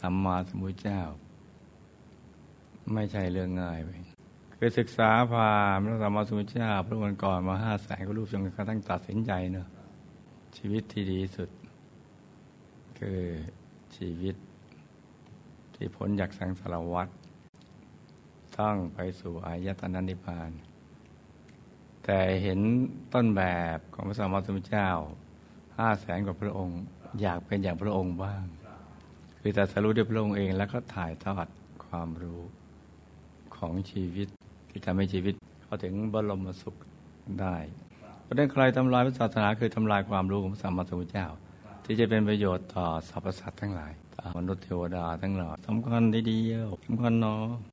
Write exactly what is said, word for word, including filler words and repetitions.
สัมมาสัมพุทธเจ้าไม่ใช่เรื่องง่ายไปคือศึกษาพราหมณ์พระสัมมาสัมพุทธเจ้าพระองค์ก่อนมาห้าแสนก็รูปจนกระทั่งตัดสินใจเนอะชีวิตที่ดีสุดคือชีวิตที่พ้นจากสังสารวัฏต้องไปสู่อายตนะนิพพานแต่เห็นต้นแบบของพระสัมมาสัมพุทธเจ้าห้าแสนกว่าพระองค์อยากเป็นอย่างพระองค์บ้างคือตรัสรู้ด้วยพระองค์เองแล้วก็ถ่ายทอดความรู้ของชีวิตที่ทำให้ชีวิตเข้าถึงบรมสุขได้เพราะฉะนั้นใครทำลายพระศาสนาคือทำลายความรู้ของพระสัมมาสัมพุทธเจ้าที่จะเป็นประโยชน์ต่อสรรพสัตว์ทั้งหลายมนุษย์เทวดาทั้งหลายสำคัญทีเดียวสำคัญเนาะ